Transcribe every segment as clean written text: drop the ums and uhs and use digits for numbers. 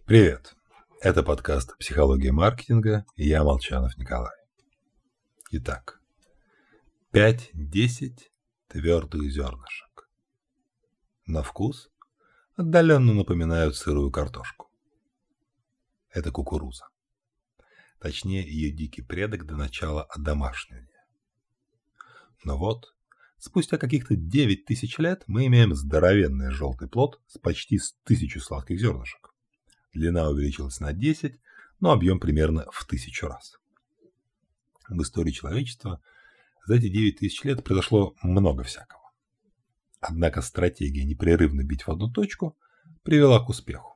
Привет! Это подкаст «Психология маркетинга» и я, Молчанов Николай. Итак, 5-10 твердых зернышек. На вкус отдаленно напоминают сырую картошку. Это кукуруза. Точнее, ее дикий предок до начала одомашнивания. Но вот, спустя каких-то 9000 лет мы имеем здоровенный желтый плод с почти 1000 сладких зернышек. Длина увеличилась на 10, но объем примерно в 1000 раз. В истории человечества за эти 9000 лет произошло много всякого. Однако стратегия непрерывно бить в одну точку привела к успеху.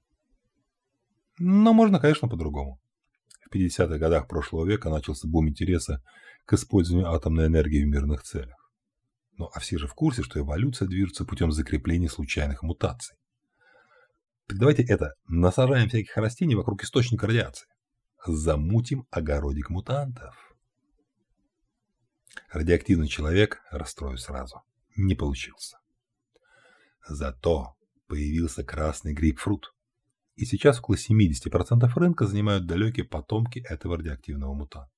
Но можно, конечно, по-другому. В 50-х годах прошлого века начался бум интереса к использованию атомной энергии в мирных целях. Ну а все же в курсе, что эволюция движется путем закрепления случайных мутаций. Так давайте насажаем всяких растений вокруг источника радиации. Замутим огородик мутантов. Радиоактивный человек, расстрою сразу, не получился. Зато появился красный грейпфрут. И сейчас около 70% рынка занимают далекие потомки этого радиоактивного мутанта.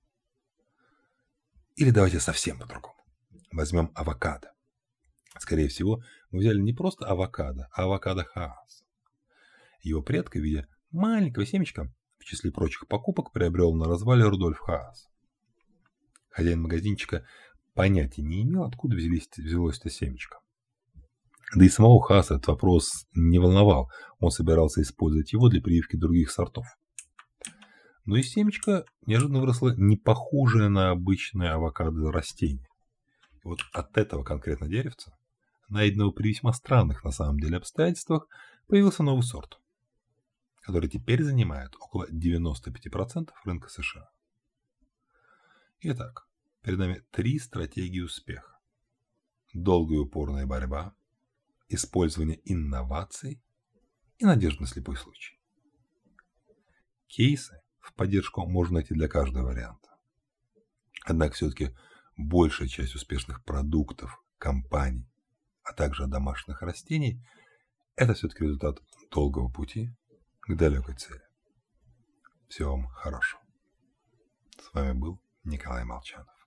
Или давайте совсем по-другому. Возьмем авокадо. Скорее всего, мы взяли не просто авокадо, а авокадо Хаас. Его предка в виде маленького семечка в числе прочих покупок приобрел на развале Рудольф Хаас. Хозяин магазинчика понятия не имел, откуда взялось это семечко. Да и самого Хааса этот вопрос не волновал, он собирался использовать его для прививки других сортов. Но из семечка неожиданно выросло не похожее на обычное авокадо растение. И вот от этого конкретно деревца, найденного при весьма странных на самом деле обстоятельствах, появился новый сорт, который теперь занимает около 95% рынка США. Итак, перед нами 3 стратегии успеха. Долгая и упорная борьба, использование инноваций и надежда на слепой случай. Кейсы в поддержку можно найти для каждого варианта. Однако все-таки большая часть успешных продуктов, компаний, а также домашних растений – это все-таки результат долгого пути к далекой цели. Всего вам хорошего. С вами был Николай Молчанов.